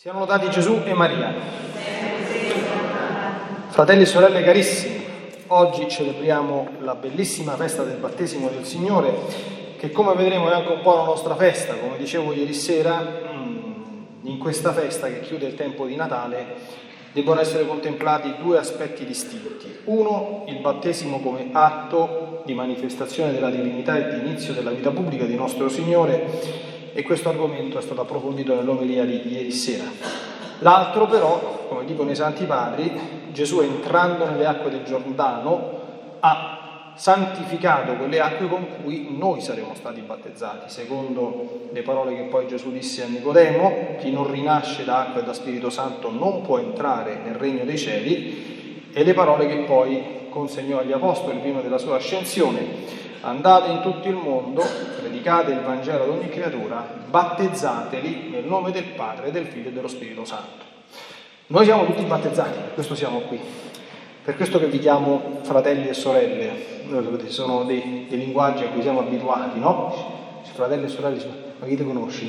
Siano lodati Gesù e Maria. Fratelli e sorelle carissimi, oggi celebriamo la bellissima festa del battesimo del Signore, che come vedremo è anche un po' la nostra festa. Come dicevo ieri sera, in questa festa che chiude il tempo di Natale debbono essere contemplati due aspetti distinti. Uno, il battesimo come atto di manifestazione della divinità e di inizio della vita pubblica di nostro Signore, e questo argomento è stato approfondito nell'omelia di ieri sera. L'altro però, come dicono i Santi Padri, Gesù entrando nelle acque del Giordano ha santificato quelle acque con cui noi saremo stati battezzati, secondo le parole che poi Gesù disse a Nicodemo: chi non rinasce da acqua e da Spirito Santo non può entrare nel regno dei cieli, e le parole che poi consegnò agli Apostoli prima della sua ascensione: andate in tutto il mondo, predicate il Vangelo ad ogni creatura, battezzateli nel nome del Padre, del Figlio e dello Spirito Santo. Noi siamo tutti battezzati, per questo siamo qui, per questo che vi chiamo fratelli e sorelle. Noi sapete, sono dei linguaggi a cui siamo abituati, no? Fratelli e sorelle, ma chi ti conosci?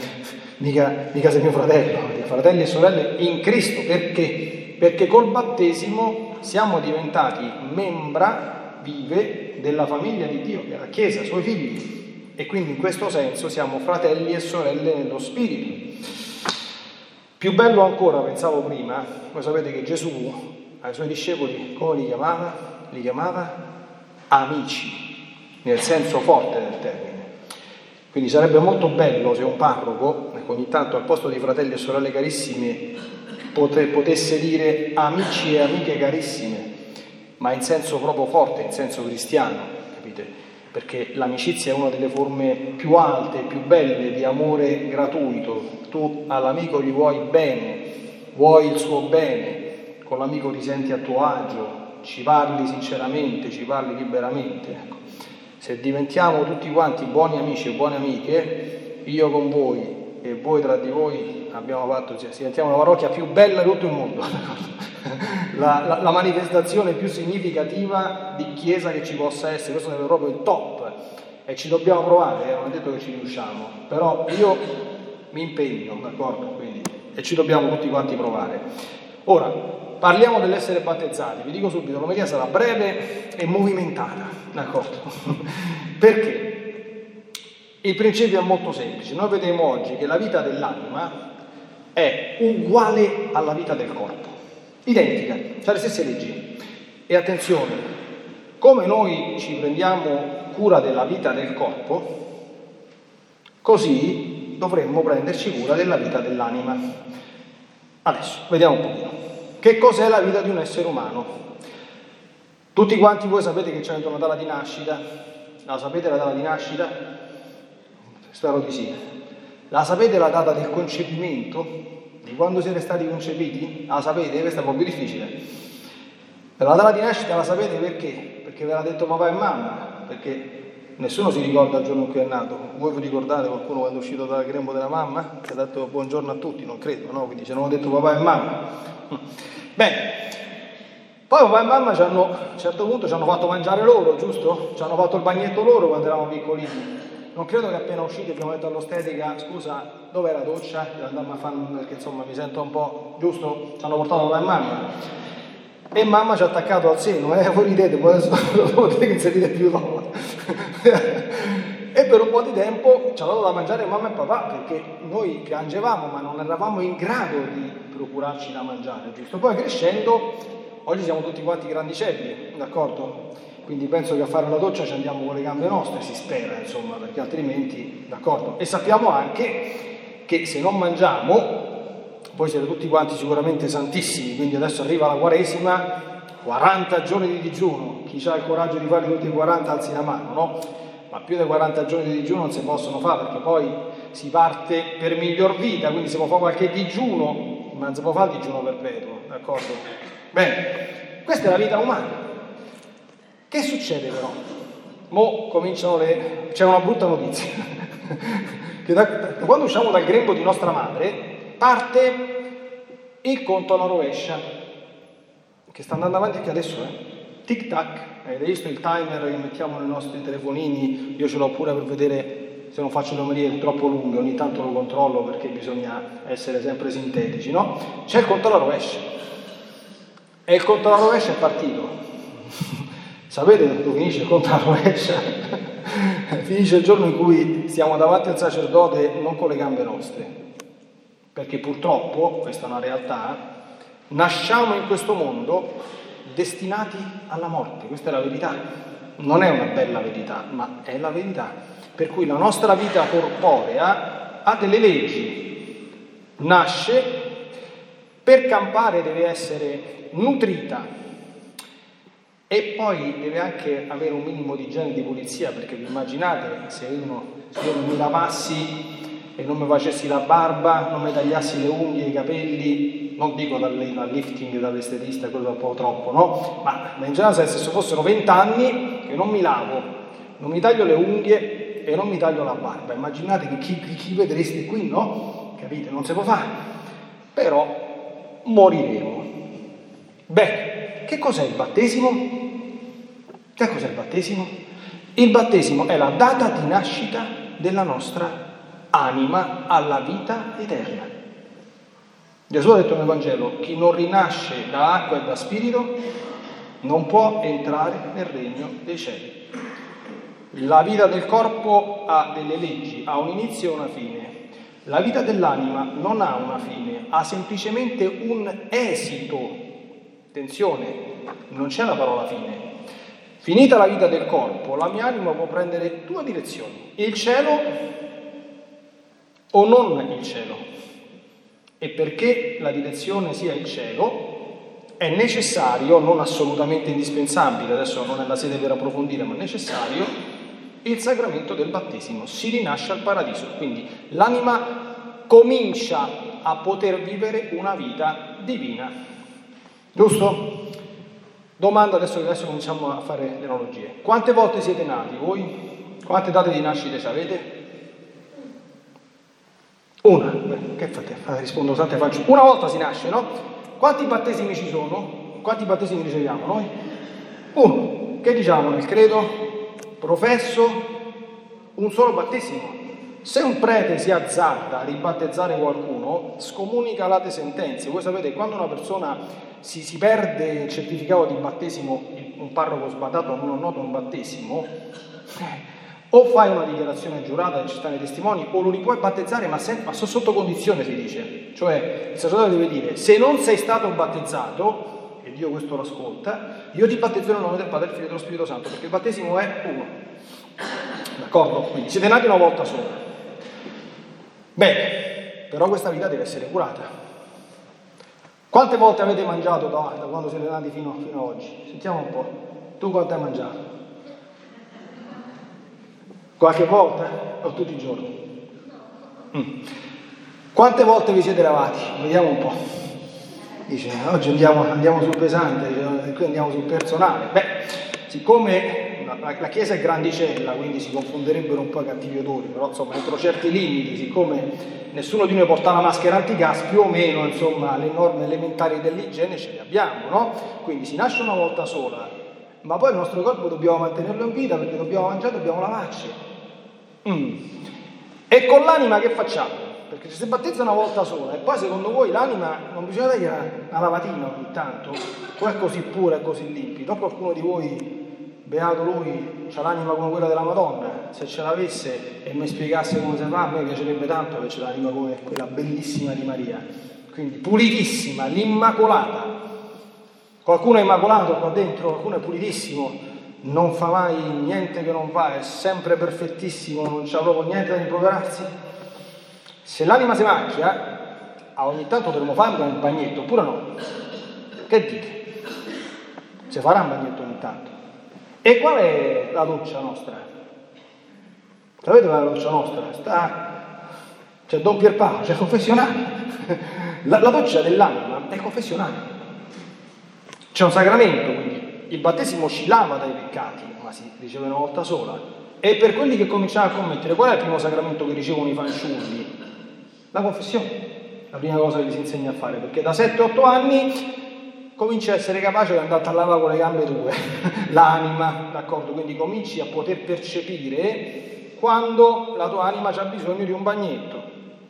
Mica sei mio fratello. Fratelli e sorelle in Cristo, perché? Perché col battesimo siamo diventati membra vive della famiglia di Dio, che è la Chiesa, suoi figli, e quindi in questo senso siamo fratelli e sorelle nello Spirito. Più bello ancora, pensavo prima, voi sapete che Gesù ai suoi discepoli come li chiamava? Li chiamava amici, nel senso forte del termine. Quindi sarebbe molto bello se un parroco, ogni tanto al posto di fratelli e sorelle carissime, potesse dire amici e amiche carissime, ma in senso proprio forte, in senso cristiano, capite? Perché l'amicizia è una delle forme più alte, più belle di amore gratuito. Tu all'amico gli vuoi bene, vuoi il suo bene, con l'amico ti senti a tuo agio, ci parli sinceramente, ci parli liberamente. Ecco. Se diventiamo tutti quanti buoni amici e buone amiche, io con voi e voi tra di voi, abbiamo fatto, diventiamo la parrocchia più bella di tutto il mondo. La manifestazione più significativa di chiesa che ci possa essere, questo è proprio il top, e ci dobbiamo provare, non è detto che ci riusciamo, però io mi impegno, d'accordo? Quindi, e ci dobbiamo tutti quanti provare. Ora, parliamo dell'essere battezzati. Vi dico subito, l'omelia sarà breve e movimentata, d'accordo? Perché? Il principio è molto semplice. Noi vedremo oggi che la vita dell'anima è uguale alla vita del corpo, identica, cioè le stesse leggi. E attenzione, come noi ci prendiamo cura della vita del corpo, così dovremmo prenderci cura della vita dell'anima. Adesso, vediamo un pochino. Che cos'è la vita di un essere umano? Tutti quanti voi sapete che c'è una data di nascita? La sapete la data di nascita? Spero di sì. La sapete la data del concepimento? Di quando siete stati concepiti? La sapete? Questa è un po' più difficile. La data di nascita la sapete perché? Perché ve l'ha detto papà e mamma, perché nessuno si ricorda il giorno in cui è nato. Voi vi ricordate qualcuno quando è uscito dal grembo della mamma? Che ha detto buongiorno a tutti? Non credo, no? Quindi ce l'hanno detto papà e mamma. Bene, poi papà e mamma a un certo punto ci hanno fatto mangiare loro, giusto? Ci hanno fatto il bagnetto loro quando eravamo piccolini. Non credo che appena usciti abbiamo detto all'ostetrica: scusa, dov'è la doccia? Andiamo a fare, perché insomma mi sento un po', giusto? Ci hanno portato papà e mamma. E mamma ci ha attaccato al seno, voi ridete, poi adesso lo potete che non si ride più dopo. E per un po' di tempo ci hanno dato da mangiare mamma e papà, perché noi piangevamo ma non eravamo in grado di procurarci da mangiare, giusto? Poi crescendo, oggi siamo tutti quanti grandicelli, d'accordo? Quindi penso che a fare la doccia ci andiamo con le gambe nostre, si spera, insomma, perché altrimenti, d'accordo? E sappiamo anche che se non mangiamo, voi siete tutti quanti sicuramente santissimi, quindi adesso arriva la Quaresima, 40 giorni di digiuno. Chi ha il coraggio di farli tutti i 40 alzi la mano, no? Ma più di 40 giorni di digiuno non si possono fare, perché poi si parte per miglior vita, quindi si può fare qualche digiuno, ma non si può fare il digiuno perpetuo, d'accordo? Bene, questa è la vita umana. Che succede però? Mo cominciano c'è una brutta notizia, che da quando usciamo dal grembo di nostra madre parte il conto alla rovescia, che sta andando avanti anche adesso, tic tac. Avete visto il timer che mettiamo nei nostri telefonini? Io ce l'ho pure per vedere se non faccio le omelie troppo lunghe, ogni tanto lo controllo perché bisogna essere sempre sintetici, no? C'è il conto alla rovescia. E il conto alla rovescia è partito. Sapete dove finisce il conto alla rovescia? Finisce il giorno in cui stiamo davanti al sacerdote non con le gambe nostre, perché purtroppo, questa è una realtà, nasciamo in questo mondo destinati alla morte, questa è la verità. Non è una bella verità, ma è la verità. Per cui la nostra vita corporea ha delle leggi, nasce, per campare deve essere nutrita e poi deve anche avere un minimo di igiene e di pulizia, perché vi immaginate se io non mi lavassi e non mi facessi la barba, non mi tagliassi le unghie, i capelli, non dico dal lifting, dall'estetista, quello è un po' troppo, no? Ma in generale se fossero 20 anni che non mi lavo, non mi taglio le unghie e non mi taglio la barba, immaginate che chi vedreste qui, no? Capite? Non si può fare. Però moriremo. Bene, che cos'è il battesimo? Che cos'è il battesimo? Il battesimo è la data di nascita della nostra anima alla vita eterna. Gesù ha detto nel Vangelo: chi non rinasce da acqua e da spirito non può entrare nel regno dei cieli. La vita del corpo ha delle leggi, ha un inizio e una fine. La vita dell'anima non ha una fine, ha semplicemente un esito. Attenzione, non c'è la parola fine. Finita la vita del corpo, la mia anima può prendere due direzioni: il cielo o non il cielo. E perché la direzione sia il cielo è necessario, non assolutamente indispensabile, adesso non è la sede per approfondire, ma necessario, il sacramento del battesimo. Si rinasce al paradiso, quindi l'anima comincia a poter vivere una vita divina. Giusto? Domanda adesso cominciamo a fare le analogie. Quante volte siete nati voi? Quante date di nascita avete? Una. Che fate? Rispondo tante faccio. Una volta si nasce, no? Quanti battesimi ci sono? Quanti battesimi riceviamo noi? Uno. Che diciamo nel credo? Professo un solo battesimo. Se un prete si azzarda a ribattezzare qualcuno, scomunica le sentenze. Voi sapete, quando una persona si perde il certificato di battesimo, un parroco sbadato non nota un battesimo, o fai una dichiarazione giurata che ci stanno i testimoni, o lo ripuoi battezzare, ma sotto condizione si dice. Cioè, il sacerdote deve dire: se non sei stato battezzato, e Dio questo lo ascolta, io ti battezzerò nel nome del Padre, del Figlio e dello Spirito Santo, perché il battesimo è uno. D'accordo? Quindi siete nati una volta sola. Bene, però questa vita deve essere curata. Quante volte avete mangiato da quando siete nati fino a oggi? Sentiamo un po'. Tu quante hai mangiato? Qualche volta? O tutti i giorni? Quante volte vi siete lavati? Vediamo un po'. Dice, oggi andiamo sul pesante, qui andiamo sul personale. Beh, siccome la chiesa è grandicella, quindi si confonderebbero un po' i cattivi odori, però insomma entro certi limiti, siccome nessuno di noi porta la maschera antigas, più o meno insomma le norme elementari dell'igiene ce le abbiamo, no? Quindi si nasce una volta sola, ma poi il nostro corpo dobbiamo mantenerlo in vita perché dobbiamo mangiare, dobbiamo lavarci. E con l'anima che facciamo? Perché se si battezza una volta sola e poi secondo voi l'anima non bisogna dargli una lavatina ogni tanto? O è così pura e così limpida? O qualcuno di voi, beato lui, c'ha l'anima come quella della Madonna? Se ce l'avesse e mi spiegasse come si fa, a me piacerebbe tanto che c'è l'anima come quella bellissima di Maria. Quindi pulitissima, l'Immacolata. Qualcuno è immacolato qua dentro, qualcuno è pulitissimo, non fa mai niente che non va, è sempre perfettissimo, non c'ha proprio niente da rimproverarsi. Se l'anima si macchia, ogni tanto dovremmo farla nel bagnetto, oppure no? Che dite? Si farà un bagnetto ogni tanto. E qual è la doccia nostra? Sapete qual è la doccia nostra? C'è Don Pierpaolo, c'è il confessionale. La doccia dell'anima è il confessionale. C'è un sacramento, quindi il battesimo ci lava dai peccati, ma si riceve una volta sola. E per quelli che cominciano a commettere, qual è il primo sacramento che ricevono i fanciulli? La confessione, la prima cosa che gli si insegna a fare, perché da 7-8 anni cominci a essere capace di andare a lavare con le gambe tue, l'anima, d'accordo? Quindi cominci a poter percepire quando la tua anima ha bisogno di un bagnetto.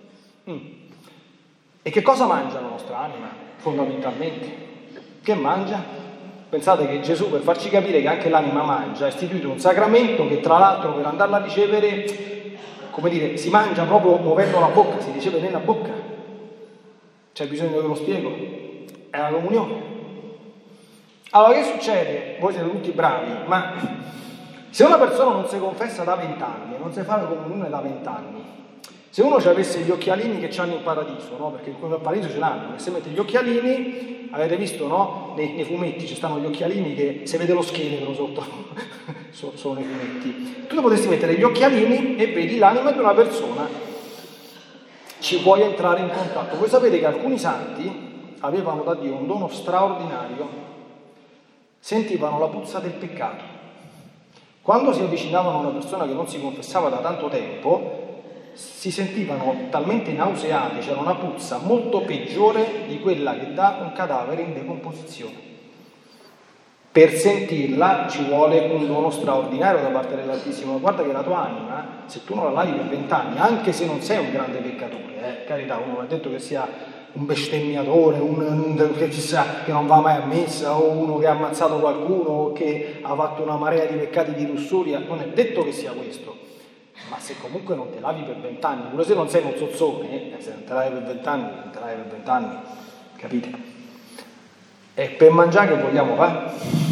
E che cosa mangia la nostra anima, fondamentalmente? Che mangia? Pensate che Gesù, per farci capire che anche l'anima mangia, ha istituito un sacramento che tra l'altro per andarla a ricevere, come dire, si mangia proprio muovendo la bocca, si riceve nella bocca. C'è bisogno che ve lo spiego? È la comunione. Allora che succede? Voi siete tutti bravi, ma se una persona non si confessa da 20 anni, non si fa la comunione da 20 anni, se uno ci avesse gli occhialini che c'hanno in paradiso, no? Perché come al paradiso ce l'hanno, che se mette gli occhialini, avete visto, no? Nei fumetti ci stanno gli occhialini che si vede lo scheletro sotto, sono nei fumetti. Tu potresti mettere gli occhialini e vedi l'anima di una persona, ci puoi entrare in contatto. Voi sapete che alcuni santi avevano da Dio un dono straordinario, sentivano la puzza del peccato. Quando si avvicinavano a una persona che non si confessava da tanto tempo, si sentivano talmente nauseati, c'era una puzza molto peggiore di quella che dà un cadavere in decomposizione. Per sentirla ci vuole un dono straordinario da parte dell'Altissimo. Guarda che la tua anima, se tu non la lavi per 20 anni, anche se non sei un grande peccatore, carità, uno non è detto che sia un bestemmiatore, che non va mai a messa, o uno che ha ammazzato qualcuno, o che ha fatto una marea di peccati di lussuria, non è detto che sia questo. Ma se comunque non te lavi per 20 anni, pure se non sei uno zozzone, se non te lavi per 20 anni, non te lavi per 20 anni, capite? E per mangiare che vogliamo fare?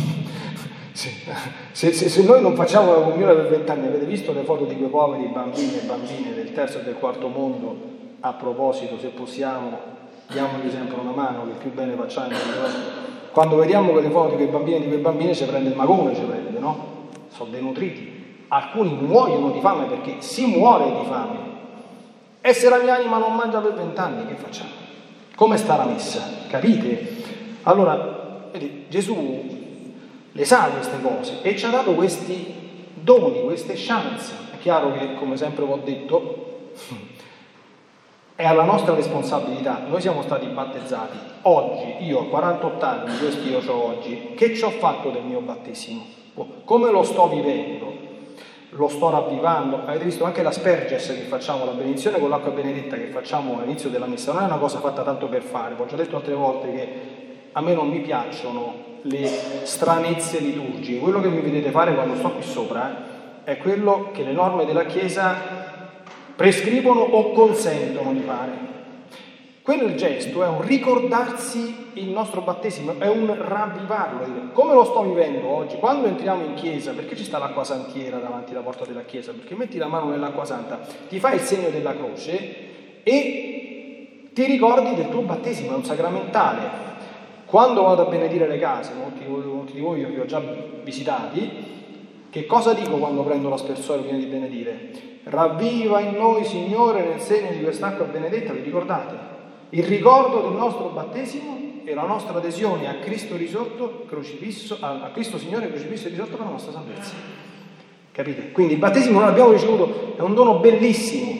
Se noi non facciamo la comunione per 20 anni, avete visto le foto di quei poveri bambini e bambine del terzo e del quarto mondo? A proposito, se possiamo, diamogli sempre una mano, che più bene facciamo. Quando vediamo quelle foto di quei bambini e di quei bambine ci prende il magone, no? Sono denutriti. Alcuni muoiono di fame perché si muore di fame. E se la mia anima non mangia per 20 anni, che facciamo? Come sta la messa? Capite? Allora, vedi, Gesù le sa queste cose e ci ha dato questi doni, queste chance. È chiaro che, come sempre vi ho detto, è alla nostra responsabilità. Noi siamo stati battezzati. Oggi, io ho 48 anni, questi io ho oggi, che ci ho fatto del mio battesimo? Come lo sto vivendo? Lo sto ravvivando. Avete visto anche la Sperges che facciamo, la benedizione con l'acqua benedetta che facciamo all'inizio della messa, non è una cosa fatta tanto per fare. Ho già detto altre volte che a me non mi piacciono le stranezze liturgiche. Quello che mi vedete fare quando sto qui sopra è quello che le norme della Chiesa prescrivono o consentono di fare. Quel gesto è un ricordarsi il nostro battesimo, è un ravvivarlo. Come lo sto vivendo oggi? Quando entriamo in chiesa, perché ci sta l'acqua santiera davanti alla porta della chiesa? Perché metti la mano nell'acqua santa, ti fai il segno della croce e ti ricordi del tuo battesimo, è un sacramentale. Quando vado a benedire le case, molti di voi vi ho già visitati, che cosa dico quando prendo l'aspersore prima di benedire? Ravviva in noi, Signore, nel segno di quest'acqua benedetta, vi ricordate? Il ricordo del nostro battesimo e la nostra adesione a Cristo risorto, crocifisso, a Cristo Signore crocifisso e risorto per la nostra salvezza. Capite? Quindi il battesimo noi l'abbiamo ricevuto, è un dono bellissimo.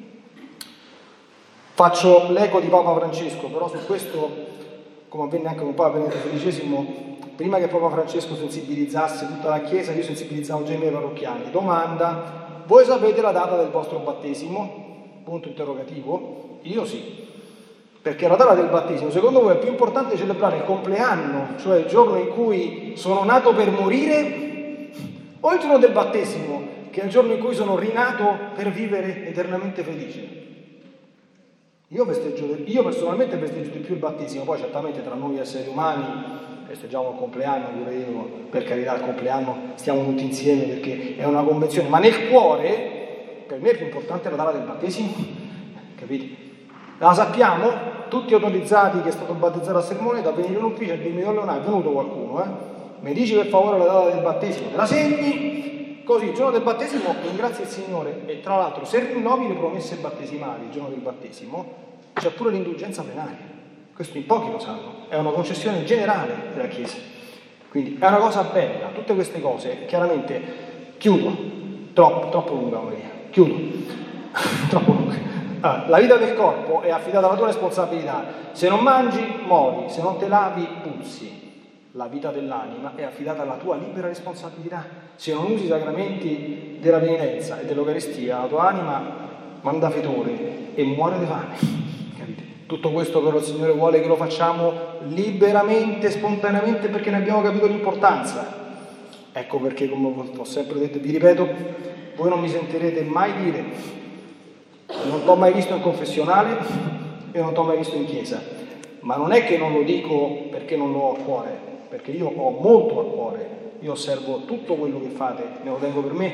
Faccio l'eco di Papa Francesco, però su questo, come avvenne anche con Papa Benedetto XII, prima che Papa Francesco sensibilizzasse tutta la Chiesa, io sensibilizzavo già i miei parrocchiani. Domanda: voi sapete la data del vostro battesimo? Punto interrogativo. Io sì. Perché la data del battesimo, secondo voi, è più importante celebrare il compleanno, cioè il giorno in cui sono nato per morire, o il giorno del battesimo, che è il giorno in cui sono rinato per vivere eternamente felice? Io personalmente festeggio di più il battesimo, poi certamente tra noi esseri umani festeggiamo il compleanno, pure io, per carità, il compleanno stiamo tutti insieme perché è una convenzione, ma nel cuore per me è più importante la data del battesimo, capite? La sappiamo? Tutti autorizzati che è stato battezzato a sermone da venire in ufficio e dirmi: Leonardo, è venuto qualcuno, mi dici per favore la data del battesimo, te la segni, così il giorno del battesimo ringrazia il Signore. E tra l'altro, se rinnovi le promesse battesimali il giorno del battesimo, c'è pure l'indulgenza plenaria. Questo in pochi lo sanno, è una concessione generale della Chiesa, quindi è una cosa bella. Tutte queste cose, chiaramente, chiudo, troppo lunga Maria, chiudo, troppo lunga. La vita del corpo è affidata alla tua responsabilità. Se non mangi, muori, se non te lavi, puzzi. la vita dell'anima è affidata alla tua libera responsabilità. Se non usi i sacramenti della penitenza e dell'Eucaristia, la tua anima manda fetore e muore di fame. Capite? Tutto questo però il Signore vuole che lo facciamo liberamente, spontaneamente, perché ne abbiamo capito l'importanza. Ecco perché, come ho sempre detto, vi ripeto, voi non mi sentirete mai dire non t'ho mai visto in confessionale e non t'ho mai visto in chiesa. Ma non è che non lo dico perché non lo ho a cuore, perché io ho molto a cuore, io osservo tutto quello che fate, me lo tengo per me,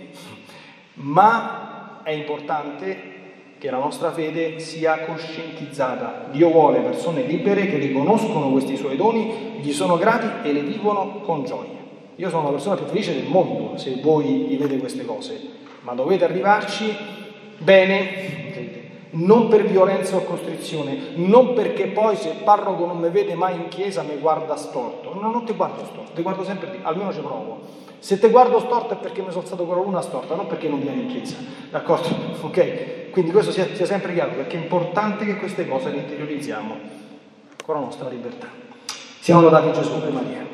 ma è importante che la nostra fede sia coscientizzata. Dio vuole persone libere che riconoscono questi suoi doni, gli sono grati e le vivono con gioia. Io sono la persona più felice del mondo se voi vivete queste cose, ma dovete arrivarci bene, non per violenza o costrizione, non perché poi se il parroco non mi vede mai in chiesa mi guarda storto. No, non ti guardo storto, ti guardo sempre lì, almeno ci provo. Se ti guardo storto è perché mi sono alzato con la luna storta, non perché non vieni in chiesa, d'accordo? Ok? Quindi questo sia sempre chiaro, perché è importante che queste cose le interiorizziamo con la nostra libertà. Siamo lodati Gesù e Maria.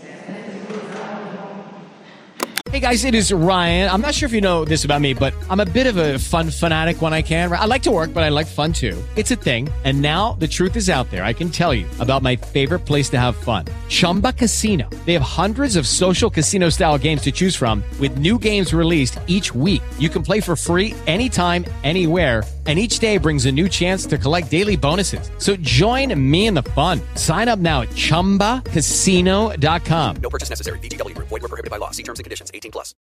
Hey guys, it is Ryan. I'm not sure if you know this about me, but I'm a bit of a fun fanatic when I can. I like to work, but I like fun too. It's a thing. And now the truth is out there. I can tell you about my favorite place to have fun. Chumba Casino. They have hundreds of social casino style games to choose from with new games released each week. You can play for free anytime, anywhere. And each day brings a new chance to collect daily bonuses. So join me in the fun. Sign up now at ChumbaCasino.com. No purchase necessary. VGW Group. Void where prohibited by law. See terms and conditions. 18+.